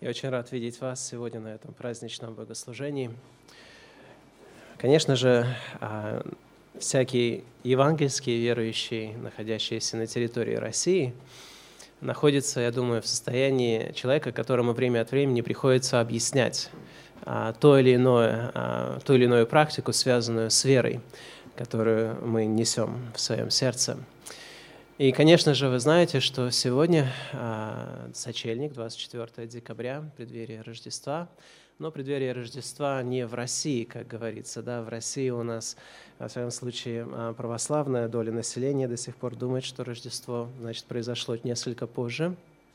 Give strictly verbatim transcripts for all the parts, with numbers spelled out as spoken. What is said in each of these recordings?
Я очень рад видеть вас сегодня на этом праздничном богослужении. Конечно же, всякий евангельский верующий, находящийся на территории России, находится, я думаю, в состоянии человека, которому время от времени приходится объяснять то или иное, ту или иную практику, связанную с верой, которую мы несем в своем сердце. И, конечно же, вы знаете, что сегодня сочельник, двадцать четвёртое декабря, преддверие Рождества. Но преддверие Рождества не в России, как говорится. Да? В России у нас, во всяком случае, православная доля населения до сих пор думает, что Рождество, значит, произошло несколько позже.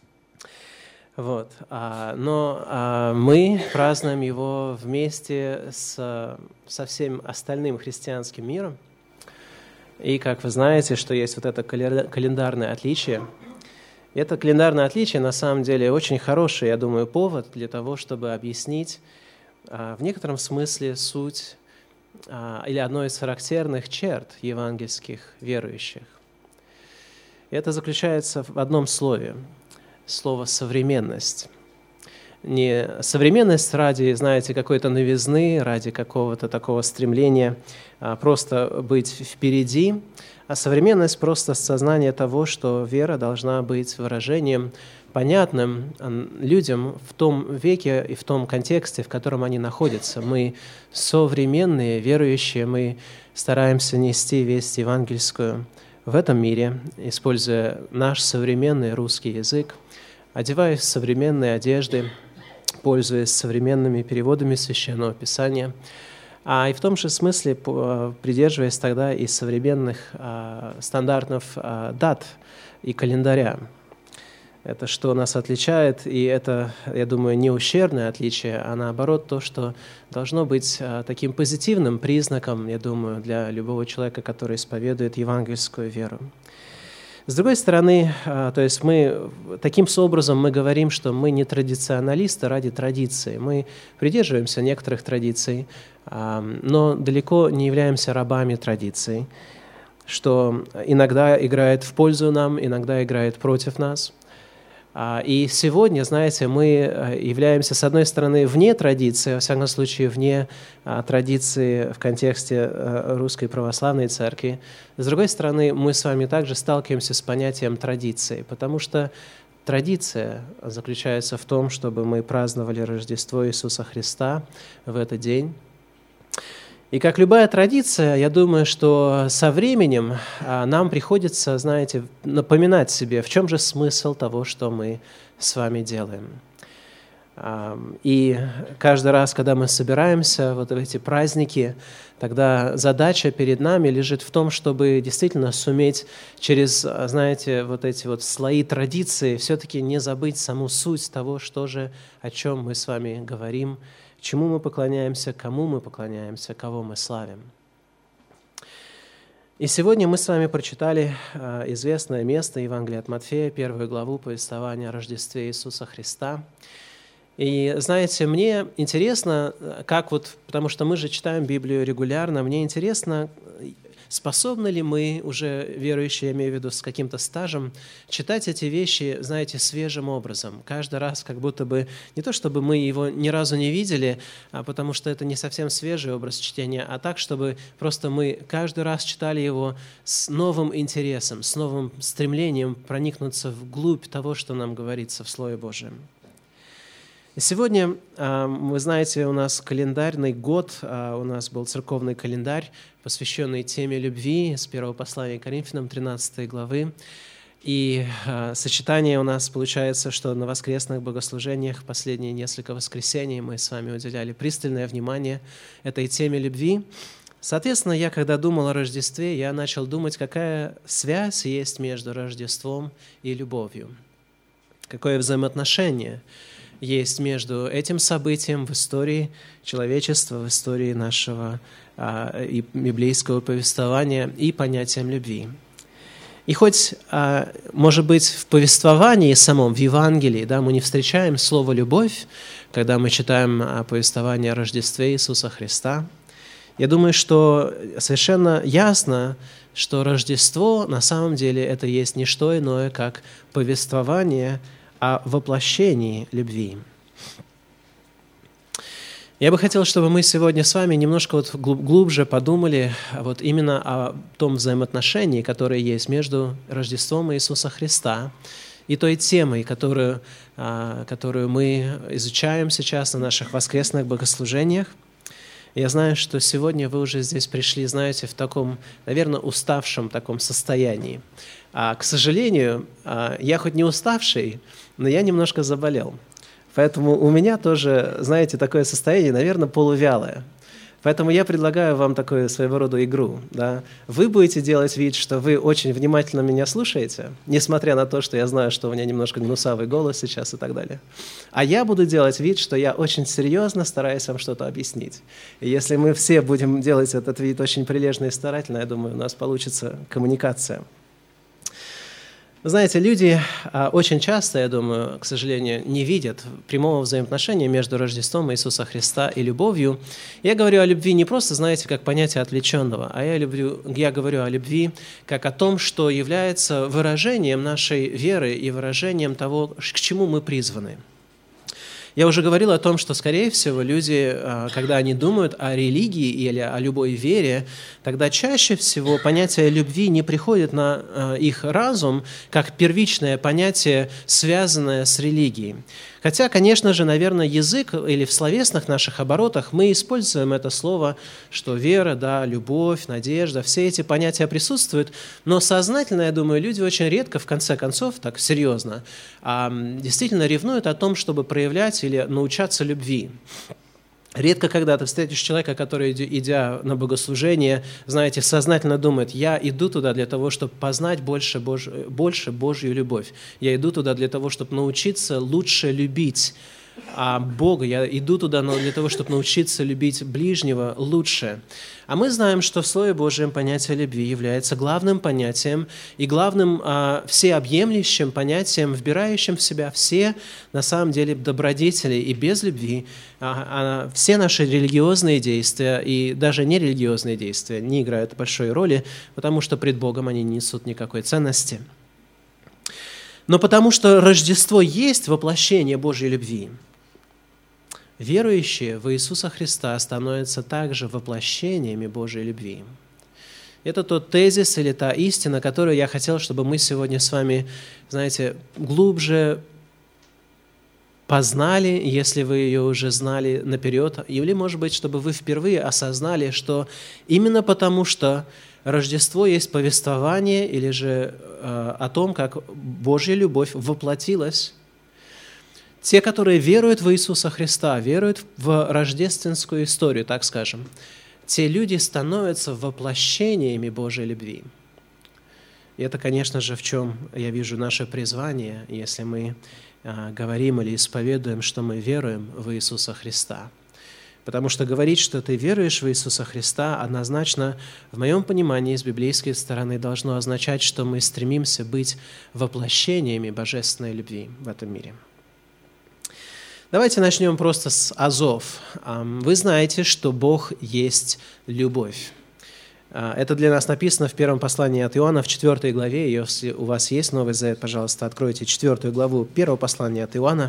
Вот. Но мы празднуем его вместе с, со всем остальным христианским миром. И, как вы знаете, что есть вот это календарное отличие. Это календарное отличие, на самом деле, очень хороший, я думаю, повод для того, чтобы объяснить в некотором смысле суть или одной из характерных черт евангельских верующих. И это заключается в одном слове. Слово «современность». Не современность ради, знаете, какой-то новизны, ради какого-то такого стремления а, просто быть впереди, а современность просто сознание того, что вера должна быть выражением понятным людям в том веке и в том контексте, в котором они находятся. Мы современные верующие, мы стараемся нести весть евангельскую в этом мире, используя наш современный русский язык, одеваясь в современные одежды, пользуясь современными переводами Священного Писания, а и в том же смысле придерживаясь тогда и современных а, стандартов а, дат и календаря. Это что нас отличает, и это, я думаю, не ущербное отличие, а наоборот то, что должно быть а, таким позитивным признаком, я думаю, для любого человека, который исповедует евангельскую веру. С другой стороны, то есть мы таким образом мы говорим, что мы не традиционалисты ради традиции. Мы придерживаемся некоторых традиций, но далеко не являемся рабами традиций, что иногда играет в пользу нам, иногда играет против нас. И сегодня, знаете, мы являемся, с одной стороны, вне традиции, во всяком случае, вне традиции в контексте Русской Православной Церкви. С другой стороны, мы с вами также сталкиваемся с понятием традиции, потому что традиция заключается в том, чтобы мы праздновали Рождество Иисуса Христа в этот день. И как любая традиция, я думаю, что со временем нам приходится, знаете, напоминать себе, в чем же смысл того, что мы с вами делаем. И каждый раз, когда мы собираемся вот в эти праздники, тогда задача перед нами лежит в том, чтобы действительно суметь через, знаете, вот эти вот слои традиции все-таки не забыть саму суть того, что же, о чем мы с вами говорим, чему мы поклоняемся, кому мы поклоняемся, кого мы славим. И сегодня мы с вами прочитали известное место Евангелия от Матфея, первую главу повествования о Рождестве Иисуса Христа. И знаете, мне интересно, как вот, потому что мы же читаем Библию регулярно, мне интересно, способны ли мы, уже верующие, я имею в виду, с каким-то стажем, читать эти вещи, знаете, свежим образом. Каждый раз как будто бы, не то чтобы мы его ни разу не видели, а потому что это не совсем свежий образ чтения, а так, чтобы просто мы каждый раз читали его с новым интересом, с новым стремлением проникнуться вглубь того, что нам говорится в Слове Божьем. И сегодня, вы знаете, у нас календарный год, у нас был церковный календарь, посвященный теме любви с первого послания к Коринфянам, тринадцатой главы. И сочетание у нас получается, что на воскресных богослужениях последние несколько воскресений мы с вами уделяли пристальное внимание этой теме любви. Соответственно, я, когда думал о Рождестве, я начал думать, какая связь есть между Рождеством и любовью, какое взаимоотношение есть между этим событием в истории человечества, в истории нашего а, и библейского повествования и понятием любви. И хоть, а, может быть, в повествовании самом, в Евангелии, да, мы не встречаем слово «любовь», когда мы читаем а, повествование о Рождестве Иисуса Христа, я думаю, что совершенно ясно, что Рождество на самом деле это есть не что иное, как повествование о воплощении любви. Я бы хотел, чтобы мы сегодня с вами немножко вот глубже подумали вот именно о том взаимоотношении, которое есть между Рождеством Иисуса Христа и той темой, которую, которую мы изучаем сейчас на наших воскресных богослужениях. Я знаю, что сегодня вы уже здесь пришли, знаете, в таком, наверное, уставшем таком состоянии. А, к сожалению, я хоть не уставший, но я немножко заболел. Поэтому у меня тоже, знаете, такое состояние, наверное, полувялое. Поэтому я предлагаю вам такую своего рода игру. Да? Вы будете делать вид, что вы очень внимательно меня слушаете, несмотря на то, что я знаю, что у меня немножко гнусавый голос сейчас и так далее. А я буду делать вид, что я очень серьезно стараюсь вам что-то объяснить. И если мы все будем делать этот вид очень прилежно и старательно, я думаю, у нас получится коммуникация. Знаете, люди очень часто, я думаю, к сожалению, не видят прямого взаимоотношения между Рождеством Иисуса Христа и любовью. Я говорю о любви не просто, знаете, как понятие отвлеченного, а я, люблю, я говорю о любви как о том, что является выражением нашей веры и выражением того, к чему мы призваны. Я уже говорил о том, что, скорее всего, люди, когда они думают о религии или о любой вере, тогда чаще всего понятие любви не приходит на их разум как первичное понятие, связанное с религией. Хотя, конечно же, наверное, язык или в словесных наших оборотах мы используем это слово, что вера, да, любовь, надежда, все эти понятия присутствуют, но сознательно, я думаю, люди очень редко, в конце концов, так серьезно, действительно ревнуют о том, чтобы проявлять или научаться любви. Редко когда ты встретишь человека, который, идя на богослужение, знаете, сознательно думает: я иду туда для того, чтобы познать больше, Бож... больше Божью любовь. Я иду туда для того, чтобы научиться лучше любить а Бога. Я иду туда для того, чтобы научиться любить ближнего лучше. А мы знаем, что в Слове Божьем понятие любви является главным понятием и главным а, всеобъемлющим понятием, вбирающим в себя все, на самом деле, добродетели. И без любви а, а, все наши религиозные действия и даже нерелигиозные действия не играют большой роли, потому что пред Богом они не несут никакой ценности. Но потому что Рождество есть воплощение Божьей любви, верующие в Иисуса Христа становятся также воплощениями Божьей любви. Это тот тезис или та истина, которую я хотел, чтобы мы сегодня с вами, знаете, глубже познали, если вы ее уже знали наперед, или, может быть, чтобы вы впервые осознали, что именно потому, что Рождество есть повествование или же э, о том, как Божья любовь воплотилась. Те, которые веруют в Иисуса Христа, веруют в рождественскую историю, так скажем, те люди становятся воплощениями Божьей любви. И это, конечно же, в чем я вижу наше призвание, если мы э, говорим или исповедуем, что мы веруем в Иисуса Христа. Потому что говорить, что ты веруешь в Иисуса Христа, однозначно, в моем понимании, с библейской стороны, должно означать, что мы стремимся быть воплощениями божественной любви в этом мире. Давайте начнем просто с азов. Вы знаете, что Бог есть любовь. Это для нас написано в первом послании от Иоанна, в четвёртой главе. Если у вас есть Новый Завет, пожалуйста, откройте четвёртую главу первого послания от Иоанна,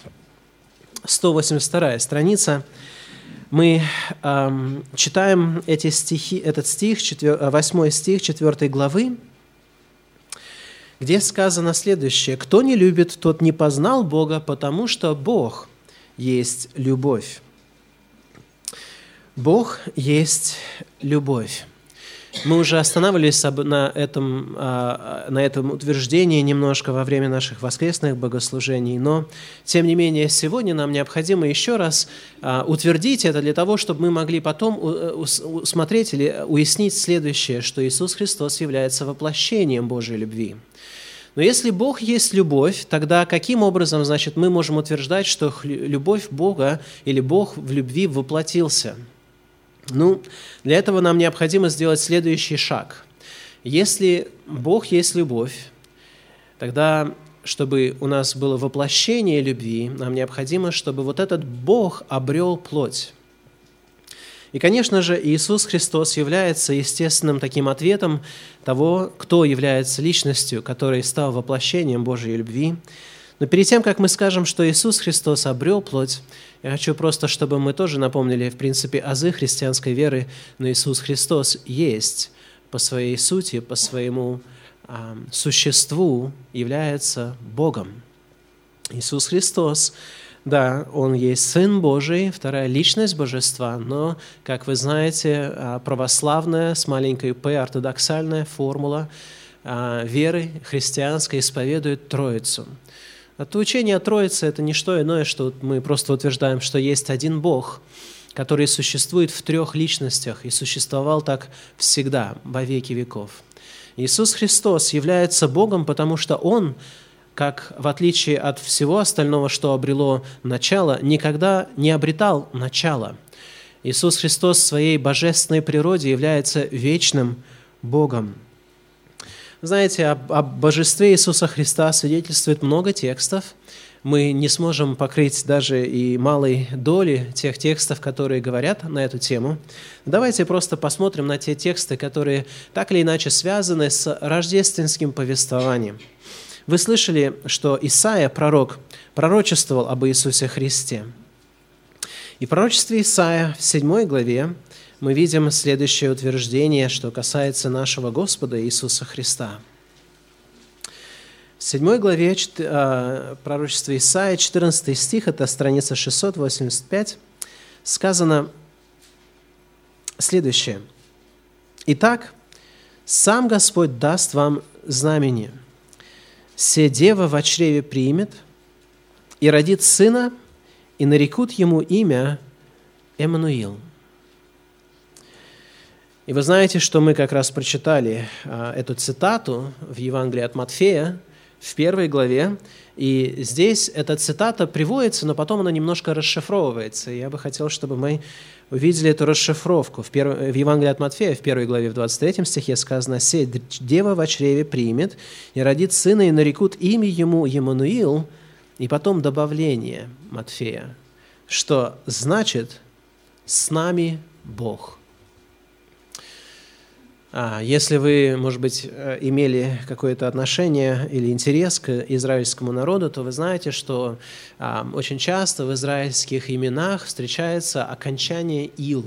сто восемьдесят вторая страница. Мы э, читаем эти стихи, этот стих, восьмой стих четвёртой главы, где сказано следующее: «Кто не любит, тот не познал Бога, потому что Бог есть любовь». Бог есть любовь. Мы уже останавливались на этом, на этом утверждении немножко во время наших воскресных богослужений, но, тем не менее, сегодня нам необходимо еще раз утвердить это для того, чтобы мы могли потом усмотреть или уяснить следующее, что Иисус Христос является воплощением Божьей любви. Но если Бог есть любовь, тогда каким образом, значит, мы можем утверждать, что любовь Бога или Бог в любви воплотился? Ну, для этого нам необходимо сделать следующий шаг. Если Бог есть любовь, тогда, чтобы у нас было воплощение любви, нам необходимо, чтобы вот этот Бог обрел плоть. И, конечно же, Иисус Христос является естественным таким ответом того, кто является личностью, который стал воплощением Божьей любви. Но перед тем, как мы скажем, что Иисус Христос обрел плоть, я хочу просто, чтобы мы тоже напомнили, в принципе, азы христианской веры, но Иисус Христос есть по своей сути, по своему а, существу, является Богом. Иисус Христос, да, Он есть Сын Божий, вторая личность Божества, но, как вы знаете, православная с маленькой «п» ортодоксальная формула веры христианской исповедует Троицу. Это учение о Троице – это не что иное, что мы просто утверждаем, что есть один Бог, который существует в трех личностях и существовал так всегда, во веки веков. Иисус Христос является Богом, потому что Он, как в отличие от всего остального, что обрело начало, никогда не обретал начало. Иисус Христос в своей божественной природе является вечным Богом. Знаете, об, об божестве Иисуса Христа свидетельствует много текстов. Мы не сможем покрыть даже и малой доли тех текстов, которые говорят на эту тему. Давайте просто посмотрим на те тексты, которые так или иначе связаны с рождественским повествованием. Вы слышали, что Исаия, пророк, пророчествовал об Иисусе Христе. И в пророчестве Исаия в седьмой главе мы видим следующее утверждение, что касается нашего Господа Иисуса Христа. В седьмой главе пророчества Исаия, четырнадцатый стих, это страница шестьсот восемьдесят пять, сказано следующее. «Итак, сам Господь даст вам знамение. Се дева во чреве примет и родит сына, и нарекут ему имя Эммануил». И вы знаете, что мы как раз прочитали а, эту цитату в Евангелии от Матфея в первой главе, и здесь эта цитата приводится, но потом она немножко расшифровывается. И я бы хотел, чтобы мы увидели эту расшифровку. В, перв... в Евангелии от Матфея в первой главе в двадцать третьем стихе сказано: «Се дева во чреве примет и родит сына, и нарекут имя ему Еммануил». И потом добавление Матфея, что значит «с нами Бог». Если вы, может быть, имели какое-то отношение или интерес к израильскому народу, то вы знаете, что очень часто в израильских именах встречается окончание «ил».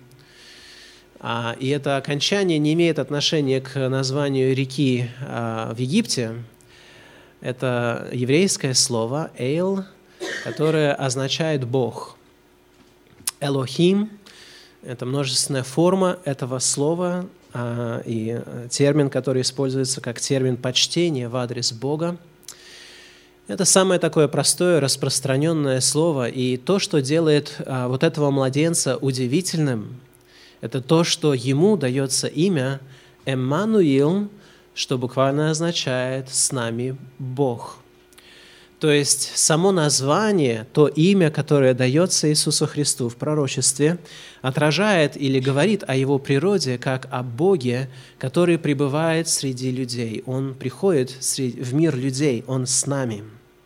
И это окончание не имеет отношения к названию реки в Египте. Это еврейское слово «эйл», которое означает «бог». «Элохим» – это множественная форма этого слова, и термин, который используется как термин почтения в адрес Бога. Это самое такое простое, распространенное слово. И то, что делает вот этого младенца удивительным, это то, что ему дается имя Эммануил, что буквально означает «с нами Бог». То есть само название, то имя, которое дается Иисусу Христу в пророчестве, отражает или говорит о Его природе как о Боге, который пребывает среди людей. Он приходит в мир людей, Он с нами.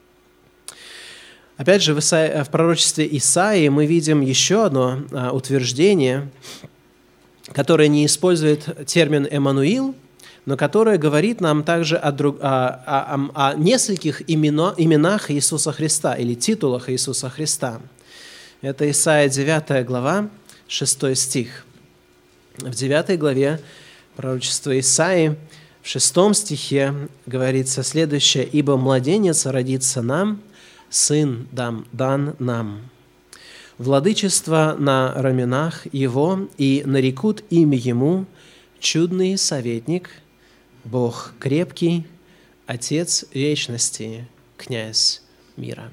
Опять же, в, Исаи, в пророчестве Исаии мы видим еще одно утверждение, которое не использует термин «Эммануил», но которое говорит нам также о, друг, о, о, о нескольких имено, именах Иисуса Христа или титулах Иисуса Христа. Это Исаия девятая глава, шестой стих. В девятой главе пророчества Исаии, в шестом стихе говорится следующее: «Ибо младенец родится нам, сын дам, дан нам. Владычество на раменах его, и нарекут имя ему чудный советник, Бог крепкий, Отец вечности, князь мира».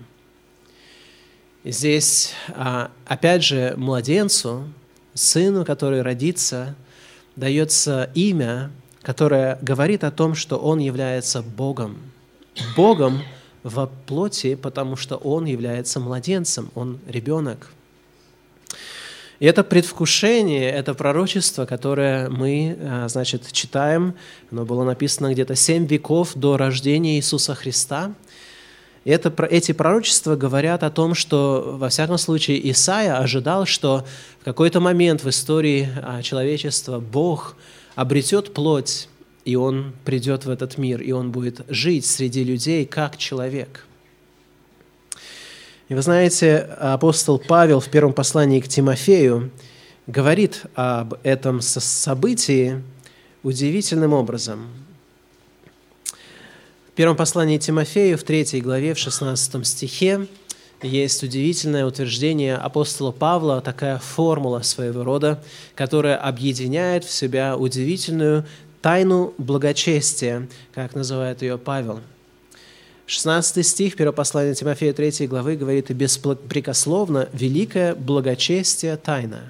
Здесь, опять же, младенцу, сыну, который родится, дается имя, которое говорит о том, что он является Богом. Богом во плоти, потому что он является младенцем, он ребенок. И это предвкушение, это пророчество, которое мы, значит, читаем, оно было написано где-то семь веков до рождения Иисуса Христа. И это, эти пророчества говорят о том, что, во всяком случае, Исаия ожидал, что в какой-то момент в истории человечества Бог обретет плоть, и Он придет в этот мир, и Он будет жить среди людей как человек. И вы знаете, апостол Павел в первом послании к Тимофею говорит об этом событии удивительным образом. В первом послании Тимофею, в третьей главе, в шестнадцатом стихе, есть удивительное утверждение апостола Павла, такая формула своего рода, которая объединяет в себя удивительную тайну благочестия, как называет ее Павел. шестнадцатый стих первого послания Тимофея третьей главы говорит: «И беспрекословно великое благочестие тайна.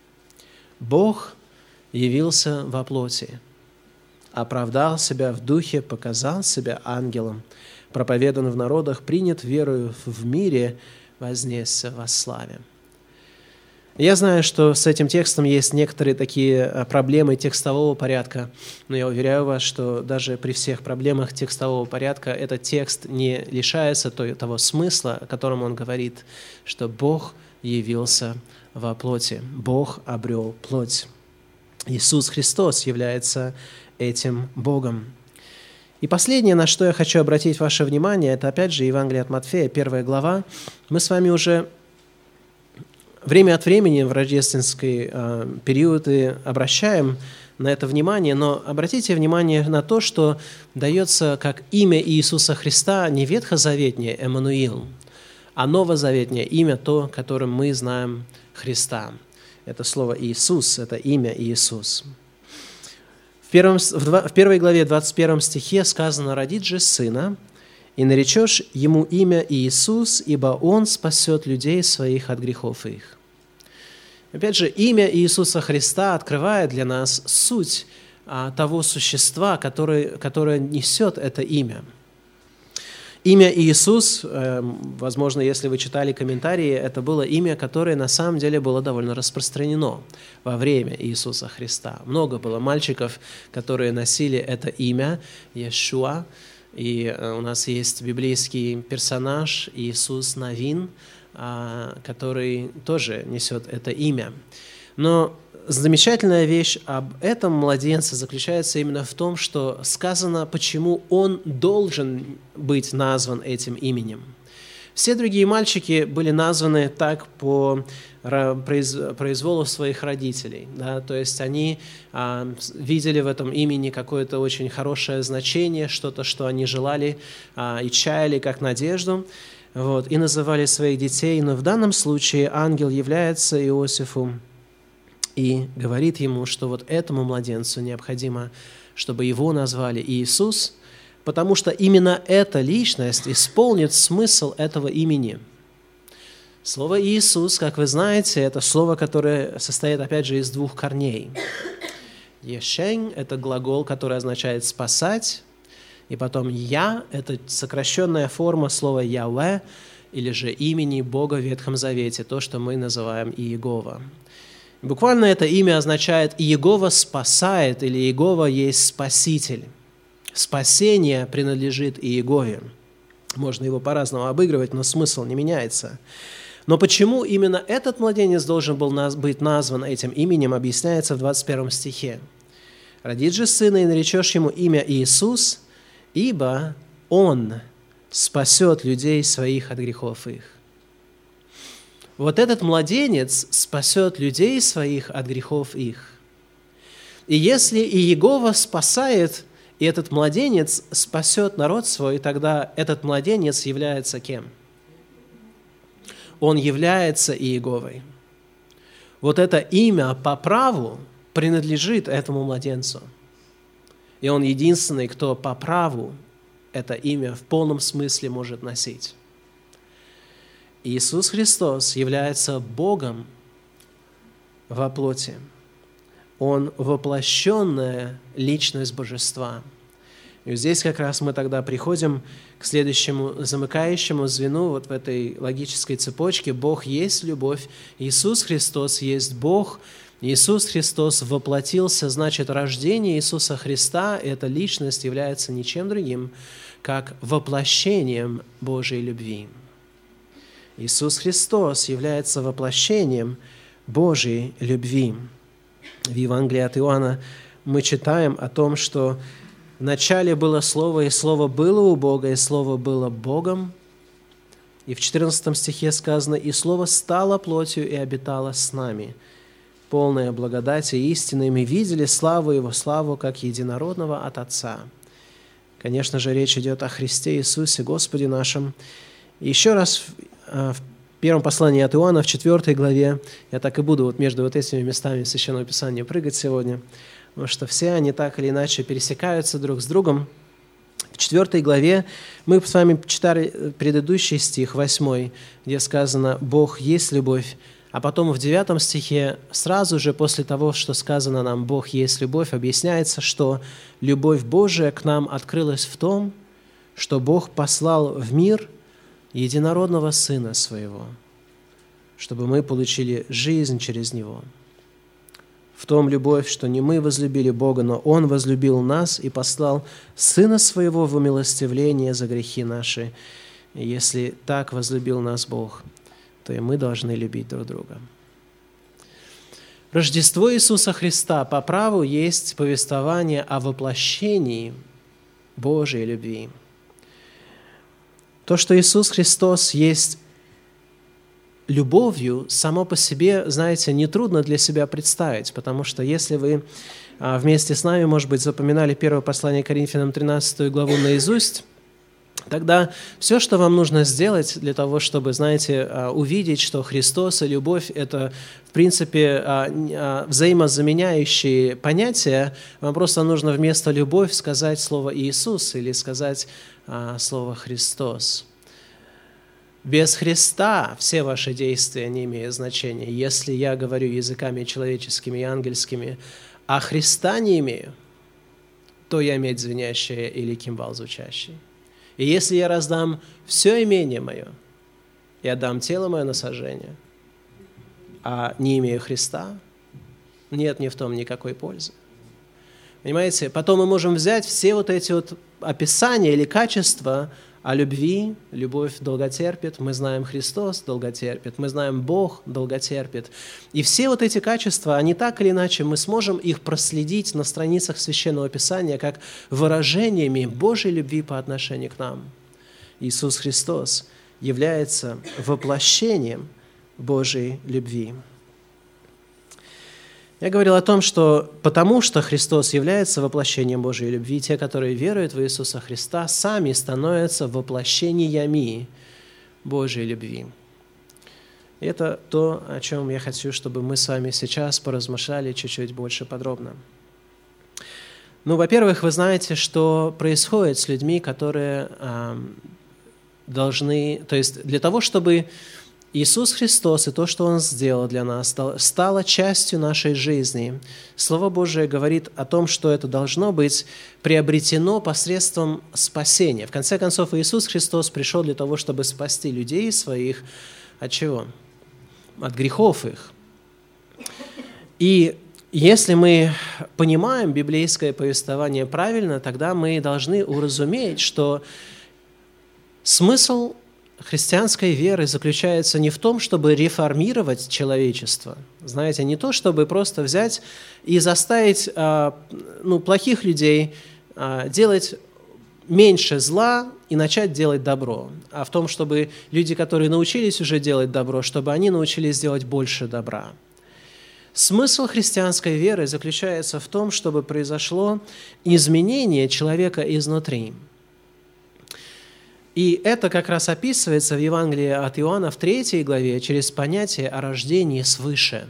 Бог явился во плоти, оправдал себя в духе, показал себя ангелом, проповедан в народах, принят верою в мире, вознесся во славе». Я знаю, что с этим текстом есть некоторые такие проблемы текстового порядка, но я уверяю вас, что даже при всех проблемах текстового порядка этот текст не лишается того смысла, о котором он говорит, что Бог явился во плоти, Бог обрел плоть. Иисус Христос является этим Богом. И последнее, на что я хочу обратить ваше внимание, это опять же Евангелие от Матфея, первая глава. Мы с вами уже время от времени в рождественские э, периоды обращаем на это внимание, но обратите внимание на то, что дается как имя Иисуса Христа не ветхозаветнее Эммануил, а новозаветнее имя, то, которым мы знаем Христа. Это слово Иисус, это имя Иисус. В, первом, в первой главе, двадцать первом стихе сказано: «Родит же сына, и наречешь ему имя Иисус, ибо он спасет людей своих от грехов их». Опять же, имя Иисуса Христа открывает для нас суть а, того существа, который, которое несет это имя. Имя Иисус, э, возможно, если вы читали комментарии, это было имя, которое на самом деле было довольно распространено во время Иисуса Христа. Много было мальчиков, которые носили это имя Иешуа, и э, у нас есть библейский персонаж Иисус Навин, который тоже несет это имя. Но замечательная вещь об этом младенце заключается именно в том, что сказано, почему он должен быть назван этим именем. Все другие мальчики были названы так по произволу своих родителей. Да? То есть они а, видели в этом имени какое-то очень хорошее значение, что-то, что они желали а, и чаяли как надежду. Вот, и называли своих детей, но в данном случае ангел является Иосифу и говорит ему, что вот этому младенцу необходимо, чтобы его назвали Иисус, потому что именно эта личность исполнит смысл этого имени. Слово «Иисус», как вы знаете, это слово, которое состоит, опять же, из двух корней. «Ешень» – это глагол, который означает «спасать», и потом «Я» – это сокращенная форма слова «Яхве» или же имени Бога в Ветхом Завете, то, что мы называем Иегова. Буквально это имя означает «Иегова спасает» или «Иегова есть Спаситель». Спасение принадлежит Иегове. Можно его по-разному обыгрывать, но смысл не меняется. Но почему именно этот младенец должен был быть назван этим именем, объясняется в двадцать первом стихе. «Родит же сына, и наречешь ему имя Иисус, ибо Он спасет людей своих от грехов их». Вот этот младенец спасет людей своих от грехов их. И если Иегова спасает, и этот младенец спасет народ свой, тогда этот младенец является кем? Он является Иеговой. Вот это имя по праву принадлежит этому младенцу. И он единственный, кто по праву это имя в полном смысле может носить. Иисус Христос является Богом во плоти. Он воплощенная личность Божества. И здесь как раз мы тогда приходим к следующему замыкающему звену вот в этой логической цепочке. Бог есть любовь, Иисус Христос есть Бог, Иисус Христос воплотился, значит, рождение Иисуса Христа, эта личность является ничем другим, как воплощением Божьей любви. Иисус Христос является воплощением Божьей любви. В Евангелии от Иоанна мы читаем о том, что в начале было Слово, и Слово было у Бога, и Слово было Богом, И в четырнадцатом стихе сказано: «И Слово стало плотью и обитало с нами, полное благодати и истины, и мы видели славу Его, славу как единородного от Отца». Конечно же, речь идет о Христе Иисусе, Господе нашем. И еще раз в первом послании от Иоанна, в четвёртой главе, я так и буду вот между вот этими местами Священного Писания прыгать сегодня, потому что все они так или иначе пересекаются друг с другом. В четвёртой главе мы с вами читали предыдущий стих, восьмой, где сказано «Бог есть любовь», а потом в девятом стихе, сразу же после того, что сказано нам «Бог есть любовь», объясняется, что любовь Божия к нам открылась в том, что Бог послал в мир единородного Сына Своего, чтобы мы получили жизнь через Него. В том любовь, что не мы возлюбили Бога, но Он возлюбил нас и послал Сына Своего в умилостивление за грехи наши. И если так возлюбил нас Бог, то и мы должны любить друг друга. Рождество Иисуса Христа по праву есть повествование о воплощении Божьей любви. То, что Иисус Христос есть любовью, само по себе, знаете, нетрудно для себя представить, потому что если вы вместе с нами, может быть, запоминали первое послание Коринфянам, тринадцатую главу наизусть, тогда все, что вам нужно сделать для того, чтобы, знаете, увидеть, что Христос и любовь – это, в принципе, взаимозаменяющие понятия, вам просто нужно вместо «любовь» сказать слово «Иисус» или сказать слово «Христос». Без Христа все ваши действия не имеют значения. Если я говорю языками человеческими и ангельскими, а Христа не имею, то я медь звенящая или кимвал звучащий. И если я раздам все имение мое, и отдам тело мое на сожжение, а не имею Христа, нет мне в том никакой пользы. Понимаете? Потом мы можем взять все вот эти вот описания или качества о любви. Любовь долготерпит, мы знаем Христос долготерпит, мы знаем Бог долготерпит. И все вот эти качества, они так или иначе, мы сможем их проследить на страницах Священного Писания как выражениями Божьей любви по отношению к нам. Иисус Христос является воплощением Божьей любви. Я говорил о том, что потому что Христос является воплощением Божьей любви, те, которые веруют в Иисуса Христа, сами становятся воплощениями Божьей любви. И это то, о чем я хочу, чтобы мы с вами сейчас поразмышляли чуть-чуть больше подробно. Ну, во-первых, вы знаете, что происходит с людьми, которые э, должны... То есть для того, чтобы Иисус Христос и то, что Он сделал для нас, стало частью нашей жизни. Слово Божие говорит о том, что это должно быть приобретено посредством спасения. В конце концов, Иисус Христос пришел для того, чтобы спасти людей своих от чего? От грехов их. И если мы понимаем библейское повествование правильно, тогда мы должны уразуметь, что смысл христианской веры заключается не в том, чтобы реформировать человечество. Знаете, не то, чтобы просто взять и заставить ну, плохих людей делать меньше зла и начать делать добро, а в том, чтобы люди, которые научились уже делать добро, чтобы они научились делать больше добра. Смысл христианской веры заключается в том, чтобы произошло изменение человека изнутри. И это как раз описывается в Евангелии от Иоанна в третьей главе через понятие о рождении свыше.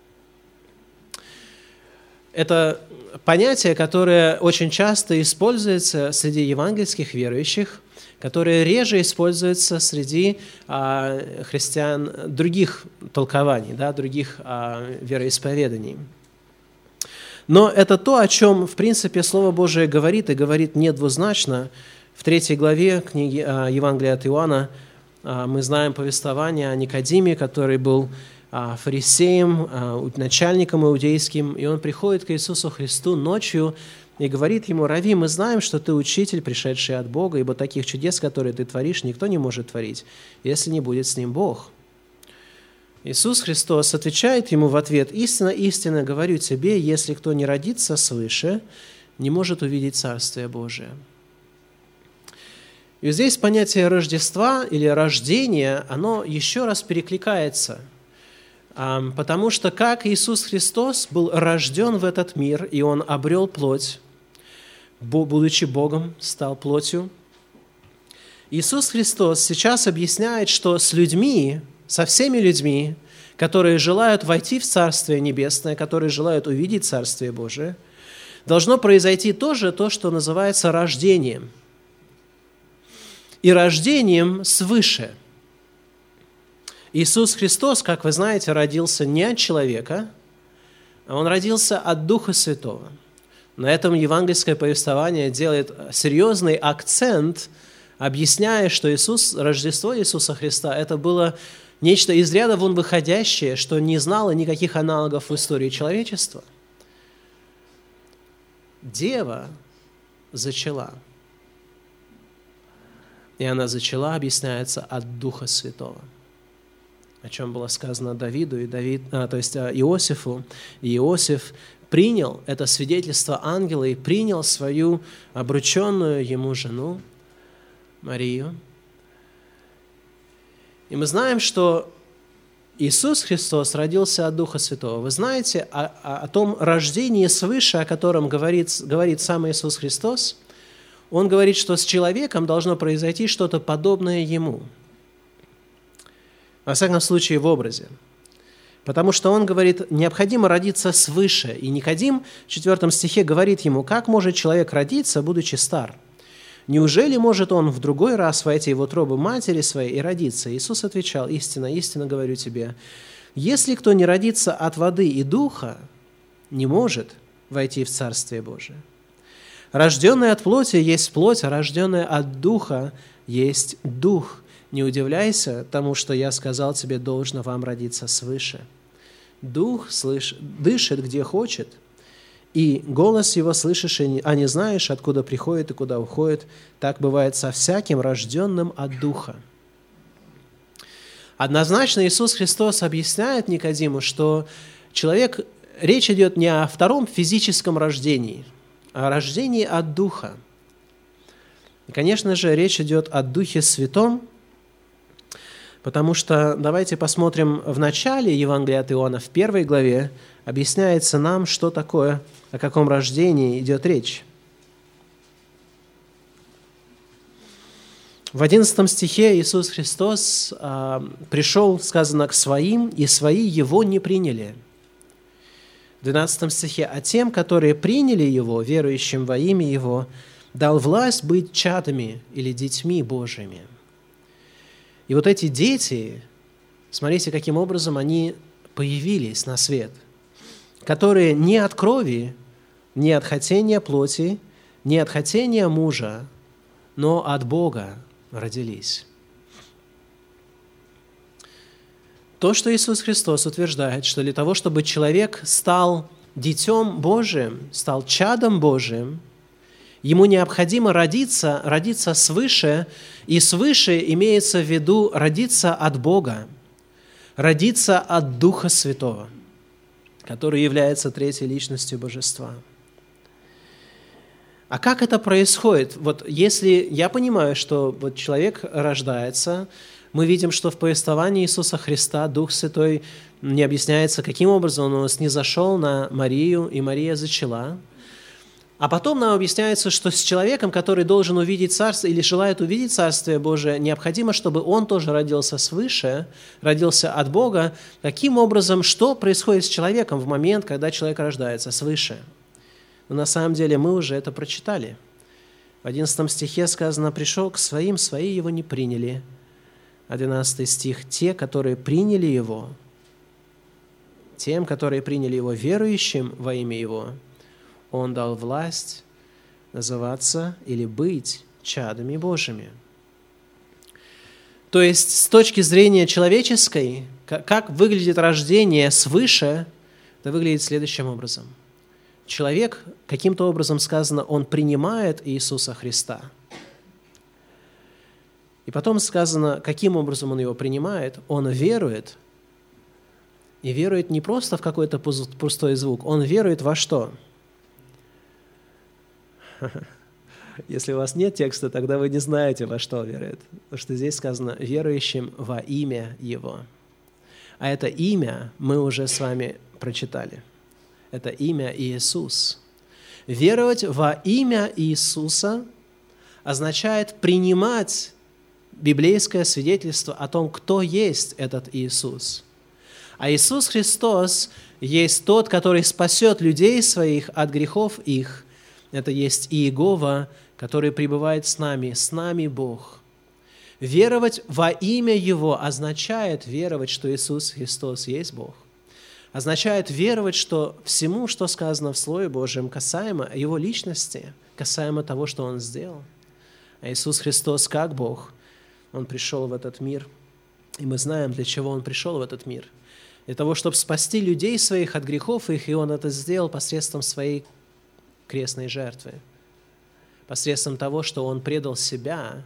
Это понятие, которое очень часто используется среди евангельских верующих, которое реже используется среди а, христиан других толкований, да, других а, вероисповеданий. Но это то, о чем, в принципе, Слово Божие говорит, и говорит недвузначно. В третьей главе книги Евангелия от Иоанна мы знаем повествование о Никодиме, который был фарисеем, начальником иудейским, и он приходит к Иисусу Христу ночью и говорит ему: «Рави, мы знаем, что ты учитель, пришедший от Бога, ибо таких чудес, которые ты творишь, никто не может творить, если не будет с ним Бог». Иисус Христос отвечает ему в ответ: «Истинно, истинно говорю тебе, если кто не родится свыше, не может увидеть Царствие Божие». И здесь понятие Рождества или рождения, оно еще раз перекликается, потому что как Иисус Христос был рожден в этот мир, и Он обрел плоть, будучи Богом, стал плотью, Иисус Христос сейчас объясняет, что с людьми, со всеми людьми, которые желают войти в Царствие Небесное, которые желают увидеть Царствие Божие, должно произойти тоже то, что называется рождением. И рождением свыше. Иисус Христос, как вы знаете, родился не от человека, а Он родился от Духа Святого. На этом евангельское повествование делает серьезный акцент, объясняя, что Иисус, Рождество Иисуса Христа – это было нечто из ряда вон выходящее, что не знало никаких аналогов в истории человечества. Дева зачала. И она зачала, объясняется, от Духа Святого, о чем было сказано Давиду, и Давид, а, то есть Иосифу. И Иосиф принял это свидетельство ангела и принял свою обрученную ему жену Марию. И мы знаем, что Иисус Христос родился от Духа Святого. Вы знаете о, о, о том рождении свыше, о котором говорит, говорит сам Иисус Христос. Он говорит, что с человеком должно произойти что-то подобное ему. Во всяком случае, в образе. Потому что он говорит, необходимо родиться свыше. И Никодим в четвертом стихе говорит ему, как может человек родиться, будучи стар? Неужели может он в другой раз войти в утробу матери своей и родиться? Иисус отвечал, истинно, истинно говорю тебе, если кто не родится от воды и духа, не может войти в Царствие Божие. Рожденный от плоти есть плоть, а рожденный от духа есть дух. Не удивляйся тому, что я сказал тебе, должно вам родиться свыше. Дух слыш... дышит, где хочет, и голос его слышишь, а не знаешь, откуда приходит и куда уходит. Так бывает со всяким рожденным от духа. Однозначно Иисус Христос объясняет Никодиму, что человек, речь идет не о втором физическом рождении, а о рождении от духа. И, конечно же, речь идет о Духе Святом, потому что, давайте посмотрим, в начале Евангелия от Иоанна, в первой главе, объясняется нам, что такое, о каком рождении идет речь. В одиннадцатом стихе Иисус Христос а, пришел, сказано, к своим, и свои Его не приняли. В двенадцатом стихе, а тем, которые приняли Его, верующим во имя Его, дал власть быть чадами или детьми Божьими. И вот эти дети, смотрите, каким образом они появились на свет, которые не от крови, не от хотения плоти, не от хотения мужа, но от Бога родились. То, что Иисус Христос утверждает, что для того, чтобы человек стал детем Божиим, стал чадом Божиим, ему необходимо родиться, родиться свыше, и свыше имеется в виду родиться от Бога, родиться от Духа Святого, который является третьей личностью Божества. А как это происходит? Вот если я понимаю, что вот человек рождается, мы видим, что в повествовании Иисуса Христа Дух Святой не объясняется, каким образом он снизошел на Марию, и Мария зачала. А потом нам объясняется, что с человеком, который должен увидеть Царство или желает увидеть Царствие Божие, необходимо, чтобы он тоже родился свыше, родился от Бога. Каким образом, что происходит с человеком в момент, когда человек рождается свыше? Но на самом деле мы уже это прочитали. В одиннадцатом стихе сказано, «Пришел к своим, свои его не приняли». одиннадцатый стих, «Те, которые приняли его, тем, которые приняли его верующим во имя его, он дал власть называться или быть чадами Божьими». То есть, с точки зрения человеческой, как выглядит рождение свыше, это выглядит следующим образом. Человек, каким-то образом сказано, он принимает Иисуса Христа. И потом сказано, каким образом он его принимает. Он верует, и верует не просто в какой-то пустой звук, он верует во что? Если у вас нет текста, тогда вы не знаете, во что верует. Потому что здесь сказано «верующим во имя Его». А это имя мы уже с вами прочитали. Это имя Иисус. Веровать во имя Иисуса означает принимать библейское свидетельство о том, кто есть этот Иисус. А Иисус Христос есть тот, который спасет людей своих от грехов их. Это есть Иегова, который пребывает с нами, с нами Бог. Веровать во имя Его означает веровать, что Иисус Христос есть Бог. Означает веровать, что всему, что сказано в Слове Божьем, касаемо Его личности, касаемо того, что Он сделал. А Иисус Христос, как Бог, Он пришел в этот мир. И мы знаем, для чего Он пришел в этот мир. Для того, чтобы спасти людей своих от грехов их, и Он это сделал посредством своей крестной жертвы. Посредством того, что Он предал себя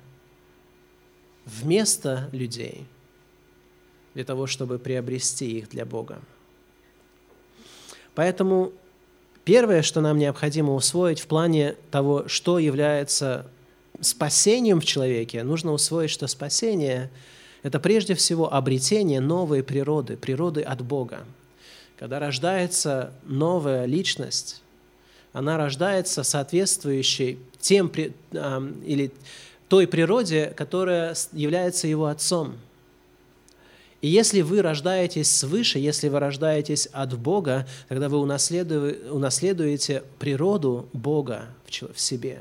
вместо людей, для того, чтобы приобрести их для Бога. Поэтому первое, что нам необходимо усвоить в плане того, что является спасением в человеке, нужно усвоить, что спасение – это прежде всего обретение новой природы, природы от Бога. Когда рождается новая личность, она рождается соответствующей тем, или той природе, которая является его отцом. И если вы рождаетесь свыше, если вы рождаетесь от Бога, тогда вы унаследуете природу Бога в себе.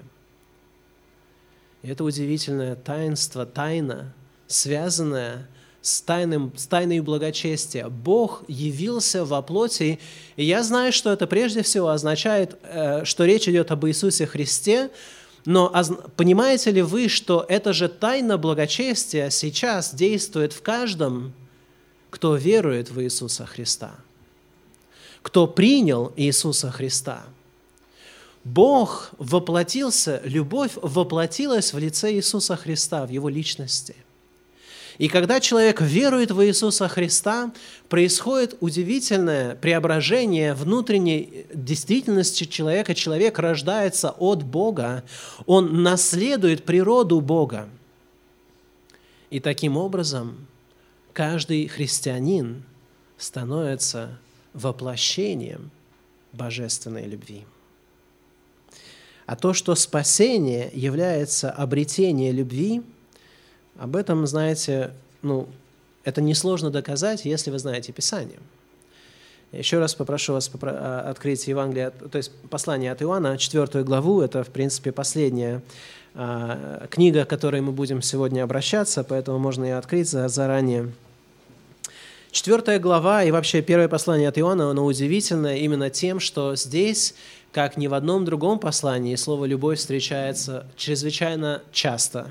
И это удивительное таинство, тайна, связанная с, тайным, с тайной благочестия. Бог явился во плоти, и я знаю, что это прежде всего означает, что речь идет об Иисусе Христе, но понимаете ли вы, что эта же тайна благочестия сейчас действует в каждом, кто верует в Иисуса Христа, кто принял Иисуса Христа? Бог воплотился, любовь воплотилась в лице Иисуса Христа, в Его личности. И когда человек верует в Иисуса Христа, происходит удивительное преображение внутренней действительности человека. Человек рождается от Бога, он наследует природу Бога. И таким образом каждый христианин становится воплощением божественной любви. А то, что спасение является обретением любви, об этом, знаете, ну, это несложно доказать, если вы знаете Писание. Еще раз попрошу вас открыть Евангелие, то есть послание от Иоанна, четвертую главу. Это, в принципе, последняя а, книга, к которой мы будем сегодня обращаться, поэтому можно ее открыть заранее. Четвертая глава и вообще первое послание от Иоанна, оно удивительное именно тем, что здесь, как ни в одном другом послании, слово «любовь» встречается чрезвычайно часто.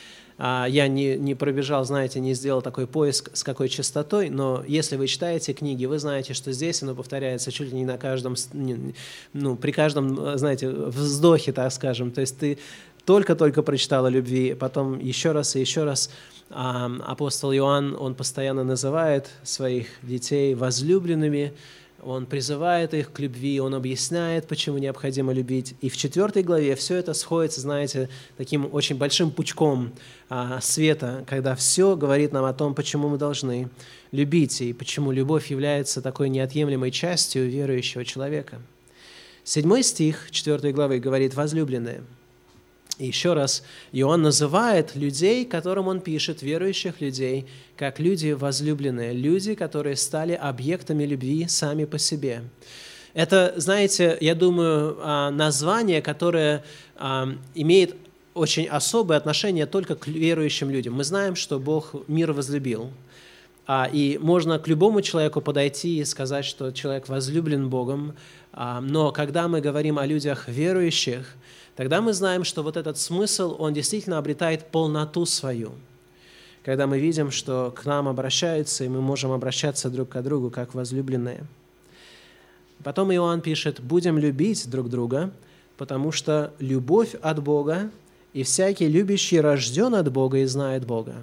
Я не, не пробежал, знаете, не сделал такой поиск, с какой частотой, но если вы читаете книги, вы знаете, что здесь оно повторяется чуть ли не на каждом, ну, при каждом, знаете, вздохе, так скажем. То есть ты только-только прочитал о любви, потом еще раз и еще раз апостол Иоанн, он постоянно называет своих детей возлюбленными, он призывает их к любви, он объясняет, почему необходимо любить. И в четвертой главе все это сходится, знаете, таким очень большим пучком а, света, когда все говорит нам о том, почему мы должны любить, и почему любовь является такой неотъемлемой частью верующего человека. Седьмой стих четвертой главы говорит «возлюбленные». И еще раз, Иоанн называет людей, которым он пишет, верующих людей, как люди возлюбленные, люди, которые стали объектами любви сами по себе. Это, знаете, я думаю, название, которое имеет очень особое отношение только к верующим людям. Мы знаем, что Бог мир возлюбил, и можно к любому человеку подойти и сказать, что человек возлюблен Богом, но когда мы говорим о людях верующих, тогда мы знаем, что вот этот смысл, он действительно обретает полноту свою. Когда мы видим, что к нам обращаются, и мы можем обращаться друг к другу, как возлюбленные. Потом Иоанн пишет, «Будем любить друг друга, потому что любовь от Бога, и всякий любящий рожден от Бога и знает Бога».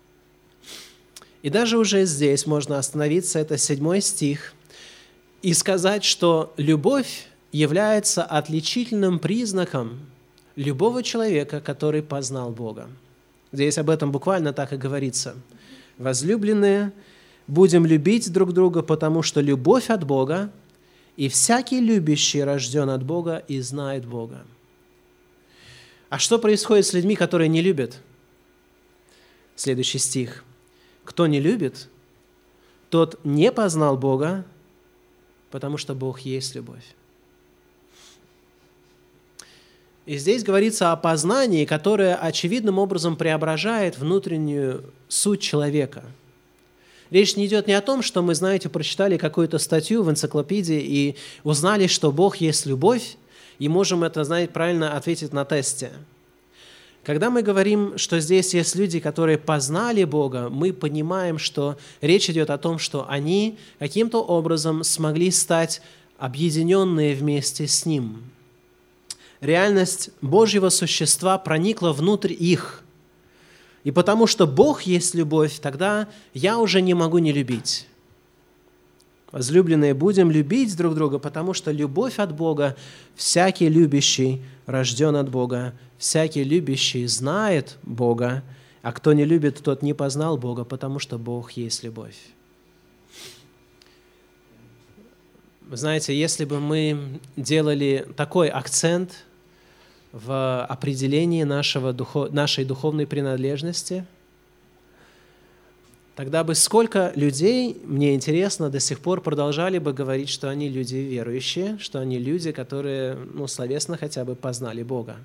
И даже уже здесь можно остановиться, это седьмой стих, и сказать, что любовь является отличительным признаком любого человека, который познал Бога. Здесь об этом буквально так и говорится. Возлюбленные, будем любить друг друга, потому что любовь от Бога, и всякий любящий рожден от Бога и знает Бога. А что происходит с людьми, которые не любят? Следующий стих. Кто не любит, тот не познал Бога, потому что Бог есть любовь. И здесь говорится о познании, которое очевидным образом преображает внутреннюю суть человека. Речь не идет не о том, что мы, знаете, прочитали какую-то статью в энциклопедии и узнали, что Бог есть любовь, и можем это, знаете, правильно ответить на тесте. Когда мы говорим, что здесь есть люди, которые познали Бога, мы понимаем, что речь идет о том, что они каким-то образом смогли стать объединенные вместе с Ним. Реальность Божьего существа проникла внутрь их. И потому что Бог есть любовь, тогда я уже не могу не любить. Возлюбленные, будем любить друг друга, потому что любовь от Бога, всякий любящий рожден от Бога, всякий любящий знает Бога, а кто не любит, тот не познал Бога, потому что Бог есть любовь. Вы знаете, если бы мы делали такой акцент в определении нашего, нашей духовной принадлежности, тогда бы сколько людей, мне интересно, до сих пор продолжали бы говорить, что они люди верующие, что они люди, которые, ну, словесно хотя бы познали Бога.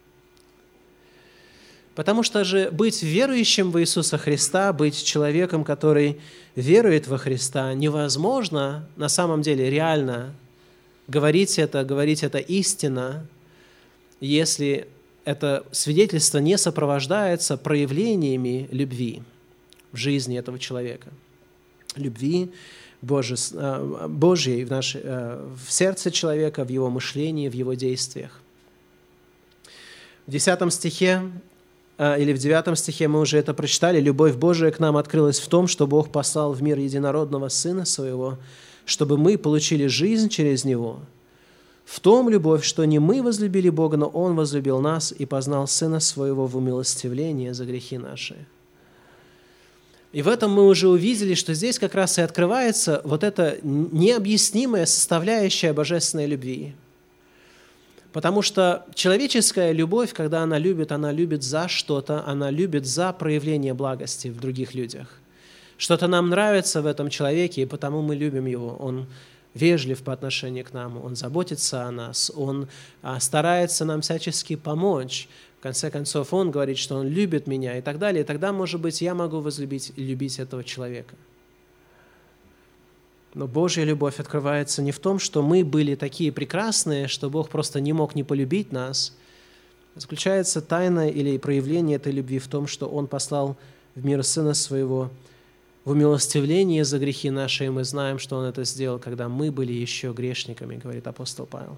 Потому что же быть верующим в Иисуса Христа, быть человеком, который верует во Христа, невозможно на самом деле реально говорить это, говорить это истинно, если это свидетельство не сопровождается проявлениями любви в жизни этого человека. Любви Божьей в, наше, в сердце человека, в его мышлении, в его действиях. В десятом стихе или в девятом стихе мы уже это прочитали. «Любовь Божия к нам открылась в том, что Бог послал в мир единородного Сына Своего, чтобы мы получили жизнь через Него. В том любовь, что не мы возлюбили Бога, но Он возлюбил нас и познал Сына Своего в умилостивление за грехи наши». И в этом мы уже увидели, что здесь как раз и открывается вот эта необъяснимая составляющая божественной любви. Потому что человеческая любовь, когда она любит, она любит за что-то, она любит за проявление благости в других людях. Что-то нам нравится в этом человеке, и потому мы любим его. Он вежлив по отношению к нам, он заботится о нас, он старается нам всячески помочь. В конце концов, он говорит, что он любит меня и так далее. И тогда, может быть, я могу возлюбить и любить этого человека. Но Божья любовь открывается не в том, что мы были такие прекрасные, что Бог просто не мог не полюбить нас. Заключается тайна или проявление этой любви в том, что Он послал в мир Сына Своего в умилостивлении за грехи наши, и мы знаем, что Он это сделал, когда мы были еще грешниками, говорит апостол Павел.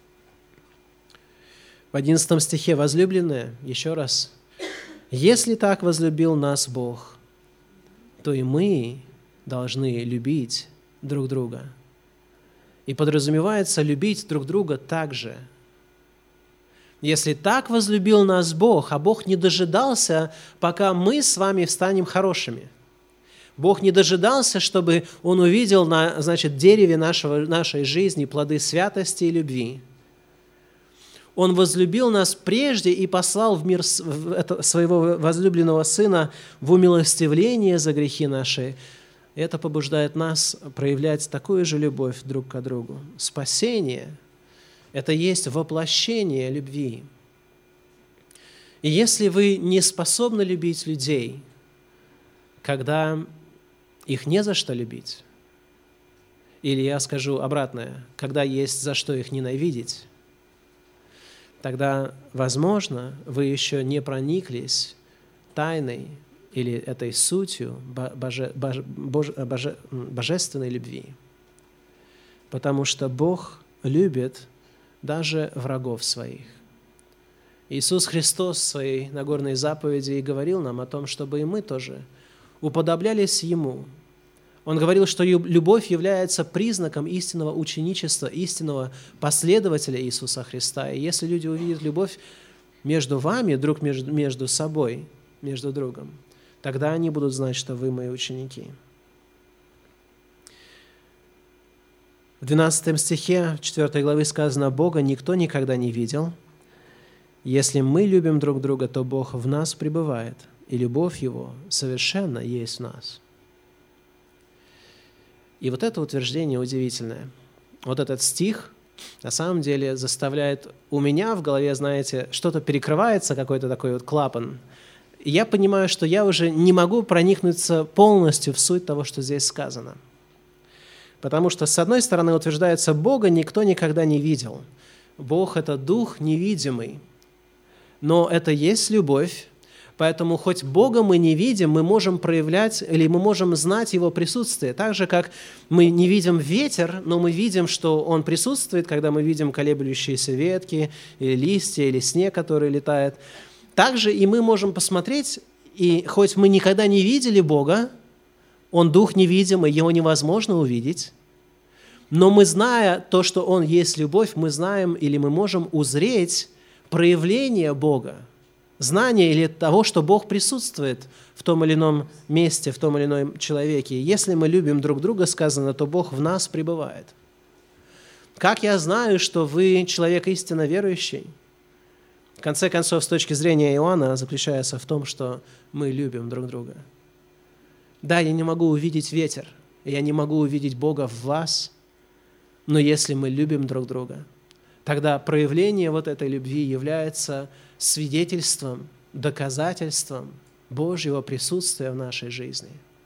В одиннадцатом стихе: «Возлюбленные», еще раз, «если так возлюбил нас Бог, то и мы должны любить друг друга». И подразумевается любить друг друга также. Если так возлюбил нас Бог, а Бог не дожидался, пока мы с вами станем хорошими. Бог не дожидался, чтобы Он увидел на, значит, дереве нашего, нашей жизни плоды святости и любви. Он возлюбил нас прежде и послал в мир своего возлюбленного Сына в умилостивление за грехи наши. Это побуждает нас проявлять такую же любовь друг к другу. Спасение – это есть воплощение любви. И если вы не способны любить людей, когда их не за что любить, или я скажу обратное, когда есть за что их ненавидеть, тогда, возможно, вы еще не прониклись тайной или этой сутью боже, боже, боже, божественной любви. Потому что Бог любит даже врагов своих. Иисус Христос в своей Нагорной заповеди и говорил нам о том, чтобы и мы тоже уподоблялись Ему. Он говорил, что любовь является признаком истинного ученичества, истинного последователя Иисуса Христа. И если люди увидят любовь между вами, друг между, между собой, между другом, тогда они будут знать, что вы мои ученики. В двенадцатом стихе четвёртой главы сказано: «Бога никто никогда не видел. Если мы любим друг друга, то Бог в нас пребывает, и любовь Его совершенно есть в нас». И вот это утверждение удивительное. Вот этот стих на самом деле заставляет у меня в голове, знаете, что-то перекрывается, какой-то такой вот клапан. И я понимаю, что я уже не могу проникнуться полностью в суть того, что здесь сказано. Потому что, с одной стороны, утверждается, Бога никто никогда не видел. Бог – это Дух невидимый. Но это есть любовь, поэтому хоть Бога мы не видим, мы можем проявлять или мы можем знать Его присутствие. Так же, как мы не видим ветер, но мы видим, что Он присутствует, когда мы видим колеблющиеся ветки, или листья, или снег, который летает. Также и мы можем посмотреть, и хоть мы никогда не видели Бога, Он Дух невидимый, Его невозможно увидеть, но мы, зная то, что Он есть любовь, мы знаем или мы можем узреть проявление Бога, знание или того, что Бог присутствует в том или ином месте, в том или ином человеке. Если мы любим друг друга, сказано, то Бог в нас пребывает. Как я знаю, что вы человек истинно верующий? В конце концов, с точки зрения Иоанна, заключается в том, что мы любим друг друга. Да, я не могу увидеть ветер, я не могу увидеть Бога в вас, но если мы любим друг друга, тогда проявление вот этой любви является свидетельством, доказательством Божьего присутствия в нашей жизни.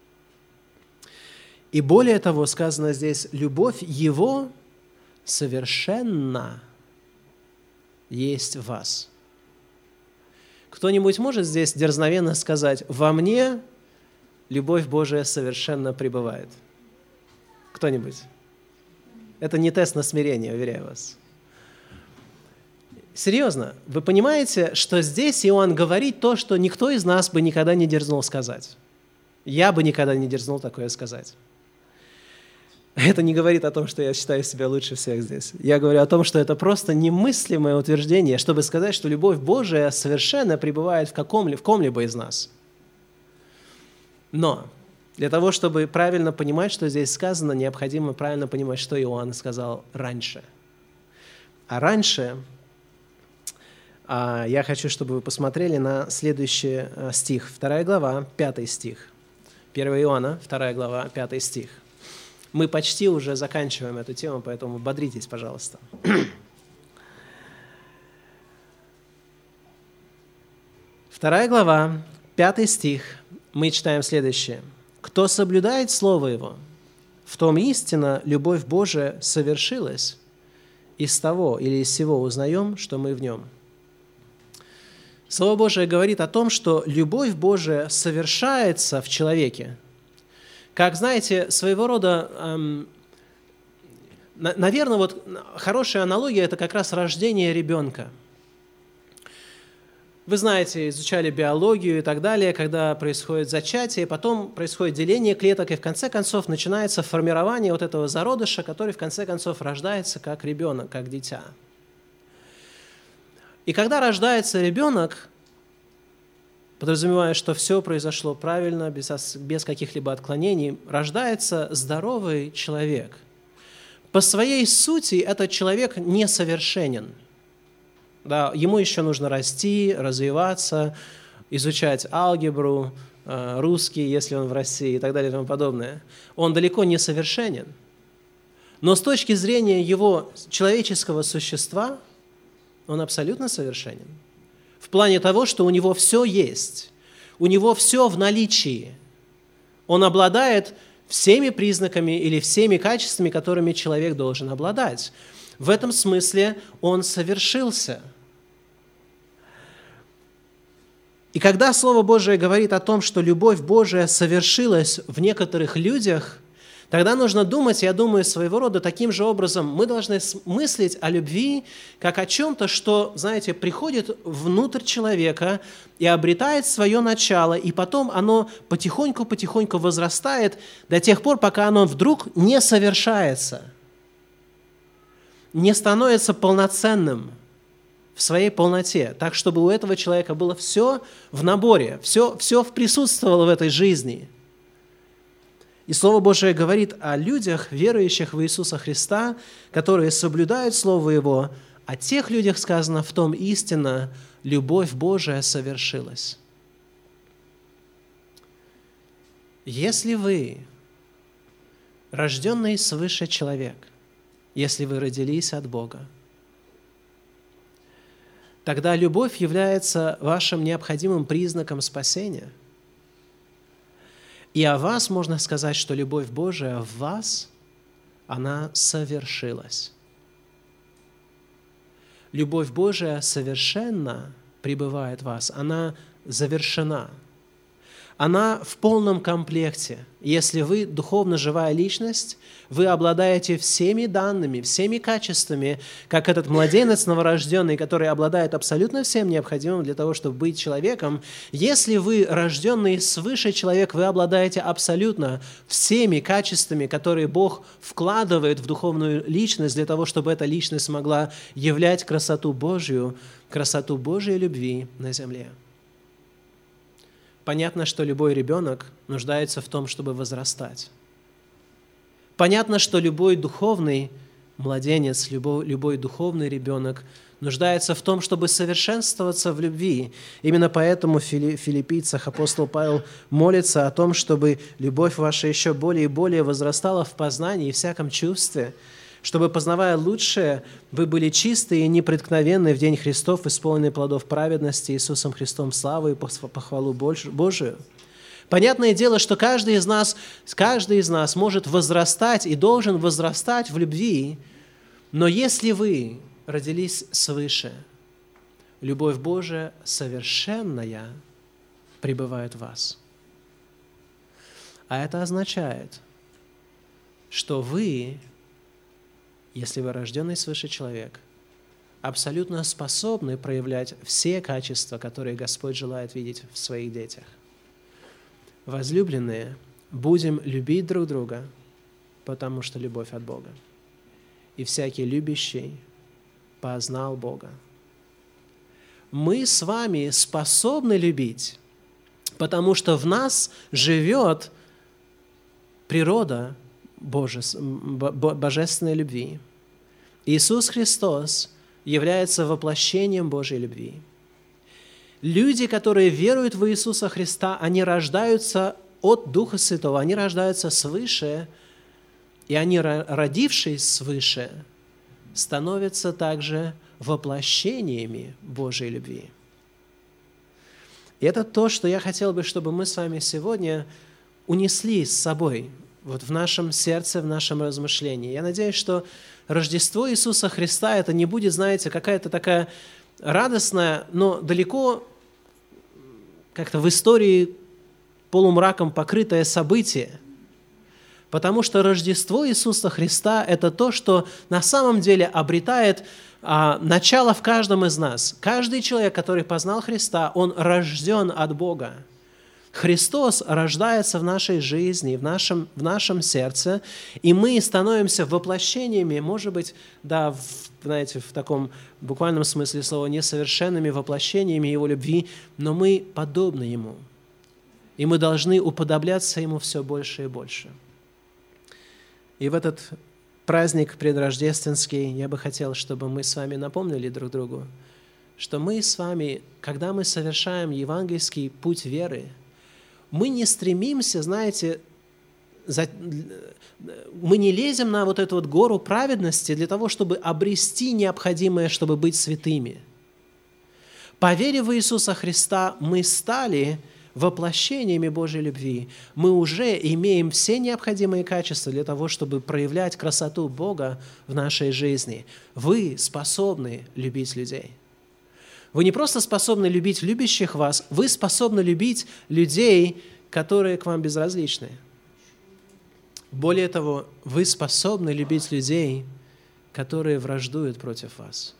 И более того, сказано здесь, любовь Его совершенно есть в вас. Кто-нибудь может здесь дерзновенно сказать: «Во мне любовь Божия совершенно пребывает»? Кто-нибудь? Это не тест на смирение, уверяю вас. Серьезно, вы понимаете, что здесь Иоанн говорит то, что никто из нас бы никогда не дерзнул сказать. Я бы никогда не дерзнул такое сказать. Это не говорит о том, что я считаю себя лучше всех здесь. Я говорю о том, что это просто немыслимое утверждение, чтобы сказать, что любовь Божия совершенно пребывает в каком-либо, в ком-либо из нас. Но для того, чтобы правильно понимать, что здесь сказано, необходимо правильно понимать, что Иоанн сказал раньше. А раньше я хочу, чтобы вы посмотрели на следующий стих. Вторая глава, пятый стих. первое Иоанна, вторая глава, пятый стих. Мы почти уже заканчиваем эту тему, поэтому бодритесь, пожалуйста. Вторая глава, пятый стих. Мы читаем следующее. «Кто соблюдает Слово Его, в том истинно любовь Божия совершилась. Из того или из сего узнаем, что мы в Нем». Слово Божие говорит о том, что любовь Божия совершается в человеке. Как, знаете, своего рода, эм, на, наверное, вот хорошая аналогия – это как раз рождение ребенка. Вы знаете, изучали биологию и так далее, когда происходит зачатие, потом происходит деление клеток, и в конце концов начинается формирование вот этого зародыша, который в конце концов рождается как ребенок, как дитя. И когда рождается ребенок, подразумевая, что все произошло правильно, без, без каких-либо отклонений, рождается здоровый человек. По своей сути этот человек несовершенен. Да, ему еще нужно расти, развиваться, изучать алгебру, русский, если он в России, и так далее и тому подобное. Он далеко не совершенен. Но с точки зрения его человеческого существа, он абсолютно совершенен. В плане того, что у него все есть, у него все в наличии. Он обладает всеми признаками или всеми качествами, которыми человек должен обладать. В этом смысле он совершился. И когда Слово Божие говорит о том, что любовь Божия совершилась в некоторых людях, тогда нужно думать, я думаю, своего рода таким же образом. Мы должны мыслить о любви как о чем-то, что, знаете, приходит внутрь человека и обретает свое начало, и потом оно потихоньку-потихоньку возрастает до тех пор, пока оно вдруг не совершается, не становится полноценным. в своей полноте, так, чтобы у этого человека было все в наборе, все, все присутствовало в этой жизни. И Слово Божие говорит о людях, верующих в Иисуса Христа, которые соблюдают Слово Его. О тех людях сказано: в том истинно любовь Божия совершилась. Если вы рожденный свыше человек, если вы родились от Бога, тогда любовь является вашим необходимым признаком спасения. И о вас можно сказать, что любовь Божия в вас, она совершилась. Любовь Божия совершенно пребывает в вас, она завершена. Она в полном комплекте. Если вы духовно живая личность, вы обладаете всеми данными, всеми качествами, как этот младенец новорожденный, который обладает абсолютно всем необходимым для того, чтобы быть человеком. Если вы рожденный свыше человек, вы обладаете абсолютно всеми качествами, которые Бог вкладывает в духовную личность для того, чтобы эта личность могла являть красоту Божью, красоту Божьей любви на земле. Понятно, что любой ребенок нуждается в том, чтобы возрастать. Понятно, что любой духовный младенец, любой, любой духовный ребенок нуждается в том, чтобы совершенствоваться в любви. Именно поэтому в Филиппийцах апостол Павел молится о том, чтобы любовь ваша еще более и более возрастала в познании и всяком чувстве, чтобы, познавая лучшее, вы были чистые и непреткновенны в день Христов, исполненные плодов праведности Иисусом Христом славы и похвалу Божию. Понятное дело, что каждый из нас, каждый из нас может возрастать и должен возрастать в любви, но если вы родились свыше, любовь Божия совершенная пребывает в вас. А это означает, что вы, если вы рожденный свыше человек, абсолютно способны проявлять все качества, которые Господь желает видеть в своих детях. Возлюбленные, будем любить друг друга, потому что любовь от Бога. И всякий любящий познал Бога. Мы с вами способны любить, потому что в нас живет природа Боже, божественной любви. Иисус Христос является воплощением Божьей любви. Люди, которые веруют в Иисуса Христа, они рождаются от Духа Святого, они рождаются свыше, и они, родившись свыше, становятся также воплощениями Божьей любви. И это то, что я хотел бы, чтобы мы с вами сегодня унесли с собой вот в нашем сердце, в нашем размышлении. Я надеюсь, что Рождество Иисуса Христа, это не будет, знаете, какая-то такая радостная, но далеко как-то в истории полумраком покрытое событие. Потому что Рождество Иисуса Христа – это то, что на самом деле обретает а, начало в каждом из нас. Каждый человек, который познал Христа, он рожден от Бога. Христос рождается в нашей жизни, в нашем, в нашем сердце, и мы становимся воплощениями, может быть, да, в, знаете, в таком буквальном смысле слова, несовершенными воплощениями Его любви, но мы подобны Ему, и мы должны уподобляться Ему все больше и больше. И в этот праздник предрождественский я бы хотел, чтобы мы с вами напомнили друг другу, что мы с вами, когда мы совершаем евангельский путь веры, мы не стремимся, знаете, за... мы не лезем на вот эту вот гору праведности для того, чтобы обрести необходимое, чтобы быть святыми. По вере в Иисуса Христа мы стали воплощениями Божьей любви. Мы уже имеем все необходимые качества для того, чтобы проявлять красоту Бога в нашей жизни. Вы способны любить людей. Вы не просто способны любить любящих вас, вы способны любить людей, которые к вам безразличны. Более того, вы способны любить людей, которые враждуют против вас.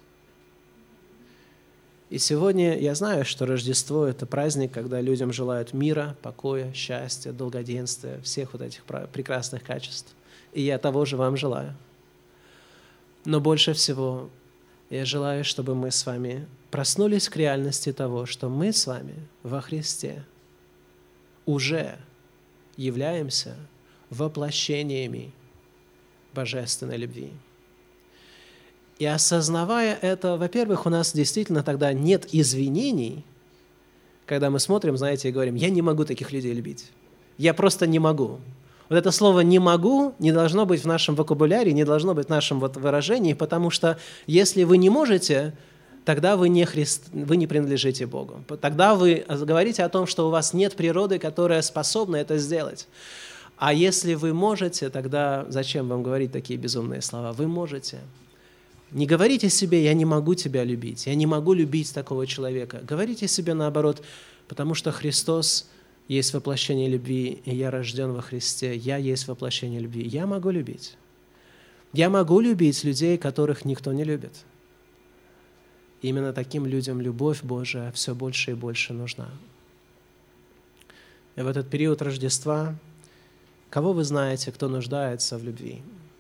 И сегодня я знаю, что Рождество – это праздник, когда людям желают мира, покоя, счастья, долгоденствия, всех вот этих прекрасных качеств. И я того же вам желаю. Но больше всего Я желаю, чтобы мы с вами проснулись к реальности того, что мы с вами во Христе уже являемся воплощениями божественной любви. И осознавая это, во-первых, у нас действительно тогда нет извинений, когда мы смотрим, знаете, и говорим: «Я не могу таких людей любить. Я просто не могу». Вот это слово «не могу» не должно быть в нашем вокабуляре, не должно быть в нашем вот выражении, потому что если вы не можете, тогда вы не, Христ... вы не принадлежите Богу. Тогда вы говорите о том, что у вас нет природы, которая способна это сделать. А если вы можете, тогда зачем вам говорить такие безумные слова? Вы можете. Не говорите себе: «Я не могу тебя любить, я не могу любить такого человека». Говорите себе наоборот: «Потому что Христос есть воплощение любви, и я рожден во Христе, я есть воплощение любви. Я могу любить. Я могу любить людей, которых никто не любит». Именно таким людям любовь Божия все больше и больше нужна. И в этот период Рождества кого вы знаете, кто нуждается в любви?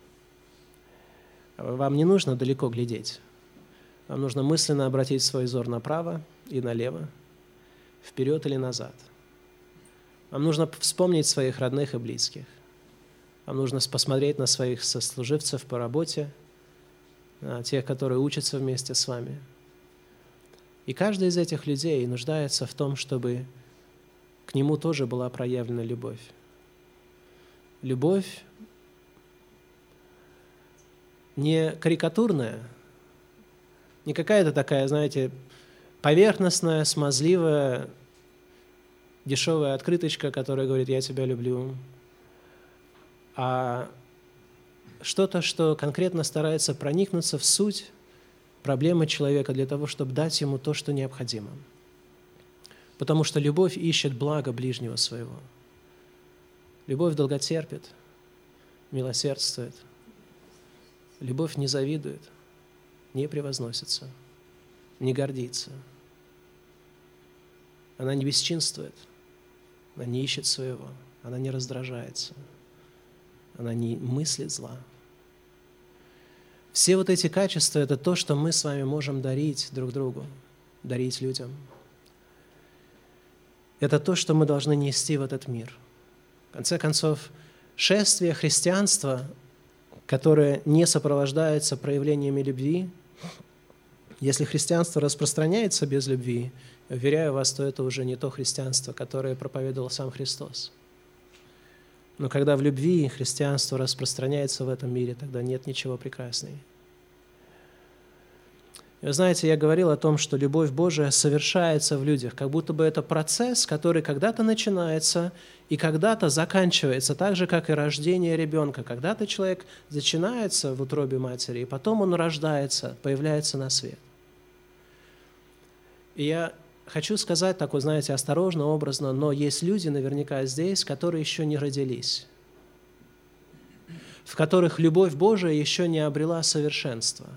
Вам не нужно далеко глядеть. Вам нужно мысленно обратить свой взор направо и налево, вперед или назад. Вам нужно вспомнить своих родных и близких. Вам нужно посмотреть на своих сослуживцев по работе, на тех, которые учатся вместе с вами. И каждый из этих людей нуждается в том, чтобы к нему тоже была проявлена любовь. Любовь не карикатурная, не какая-то такая, знаете, поверхностная, смазливая, дешевая открыточка, которая говорит: «Я тебя люблю», а что-то, что конкретно старается проникнуться в суть проблемы человека для того, чтобы дать ему то, что необходимо. Потому что любовь ищет благо ближнего своего. Любовь долготерпит, милосердствует. Любовь не завидует, не превозносится, не гордится. Она не бесчинствует, она не ищет своего, она не раздражается, она не мыслит зла. Все вот эти качества – это то, что мы с вами можем дарить друг другу, дарить людям. Это то, что мы должны нести в этот мир. В конце концов, шествие христианства, которое не сопровождается проявлениями любви, если христианство распространяется без любви, уверяю вас, то это уже не то христианство, которое проповедовал сам Христос. Но когда в любви христианство распространяется в этом мире, тогда нет ничего прекрасней. Вы знаете, я говорил о том, что любовь Божия совершается в людях, как будто бы это процесс, который когда-то начинается и когда-то заканчивается, так же, как и рождение ребенка. Когда-то человек начинается в утробе матери, и потом он рождается, появляется на свет. И я хочу сказать так, вот, знаете, осторожно, образно, но есть люди наверняка здесь, которые еще не родились, в которых любовь Божия еще не обрела совершенства.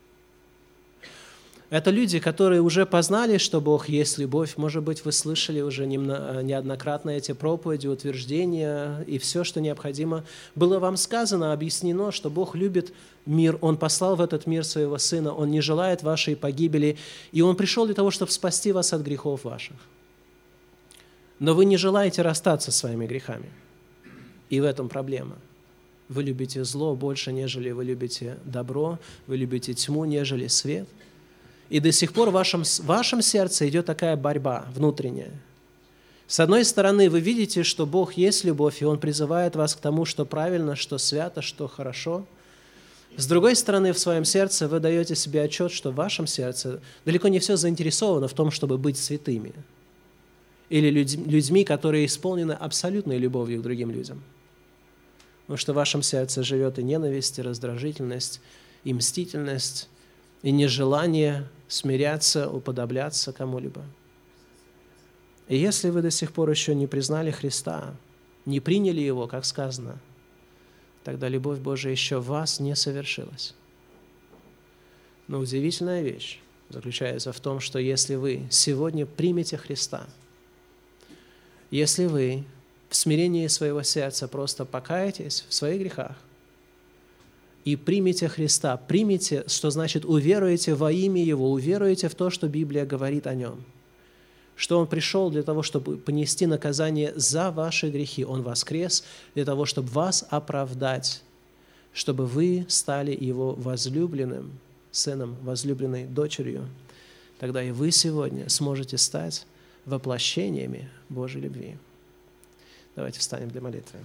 Это люди, которые уже познали, что Бог есть любовь. Может быть, вы слышали уже неоднократно эти проповеди, утверждения, и все, что необходимо. Было вам сказано, объяснено, что Бог любит мир, Он послал в этот мир Своего Сына, Он не желает вашей погибели, и Он пришел для того, чтобы спасти вас от грехов ваших. Но вы не желаете расстаться со своими грехами, и в этом проблема. Вы любите зло больше, нежели вы любите добро, вы любите тьму, нежели свет. И до сих пор в вашем, в вашем сердце идет такая борьба внутренняя. С одной стороны, вы видите, что Бог есть любовь, и Он призывает вас к тому, что правильно, что свято, что хорошо. С другой стороны, в своем сердце вы даете себе отчет, что в вашем сердце далеко не все заинтересовано в том, чтобы быть святыми. Или людьми, которые исполнены абсолютной любовью к другим людям. Потому что в вашем сердце живет и ненависть, и раздражительность, и мстительность, и нежелание смиряться, уподобляться кому-либо. И если вы до сих пор еще не признали Христа, не приняли Его, как сказано, тогда любовь Божия еще в вас не совершилась. Но удивительная вещь заключается в том, что если вы сегодня примете Христа, если вы в смирении своего сердца просто покаетесь в своих грехах и примите Христа, примите, что значит уверуете во имя Его, уверуете в то, что Библия говорит о Нем, что Он пришел для того, чтобы понести наказание за ваши грехи. Он воскрес для того, чтобы вас оправдать, чтобы вы стали Его возлюбленным сыном, возлюбленной дочерью. Тогда и вы сегодня сможете стать воплощениями Божьей любви. Давайте встанем для молитвы.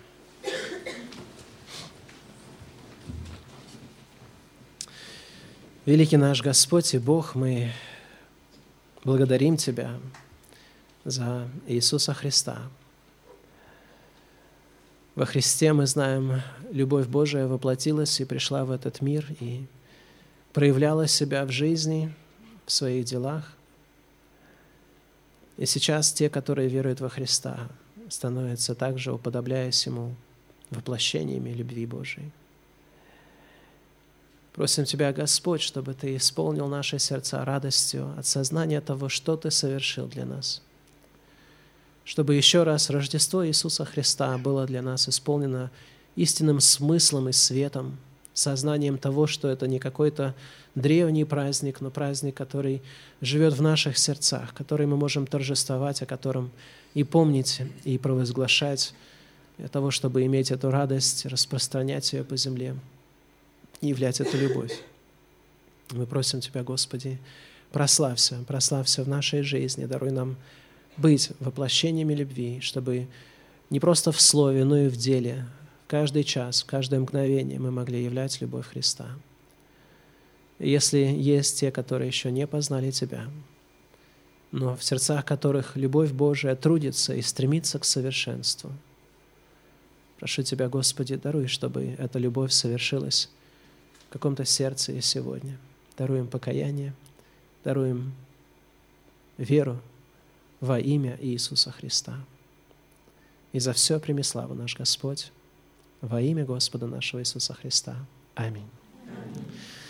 Великий наш Господь и Бог, мы благодарим Тебя за Иисуса Христа. Во Христе мы знаем, любовь Божия воплотилась и пришла в этот мир и проявляла себя в жизни, в своих делах. И сейчас те, которые веруют во Христа, становятся также, уподобляясь Ему, воплощениями любви Божией. Просим Тебя, Господь, чтобы Ты исполнил наши сердца радостью от сознания того, что Ты совершил для нас. Чтобы еще раз Рождество Иисуса Христа было для нас исполнено истинным смыслом и светом, сознанием того, что это не какой-то древний праздник, но праздник, который живет в наших сердцах, который мы можем торжествовать, о котором и помнить, и провозглашать, для того, чтобы иметь эту радость, распространять ее по земле и являть эту любовь. Мы просим Тебя, Господи, прославься, прославься в нашей жизни, даруй нам быть воплощениями любви, чтобы не просто в слове, но и в деле, каждый час, в каждое мгновение мы могли являть любовь Христа. И если есть те, которые еще не познали Тебя, но в сердцах которых любовь Божия трудится и стремится к совершенству, прошу Тебя, Господи, даруй, чтобы эта любовь совершилась в каком-то сердце и сегодня. Даруй им покаяние, даруй им веру во имя Иисуса Христа. И за все прими славу наш Господь, во имя Господа нашего Иисуса Христа. Аминь. Аминь.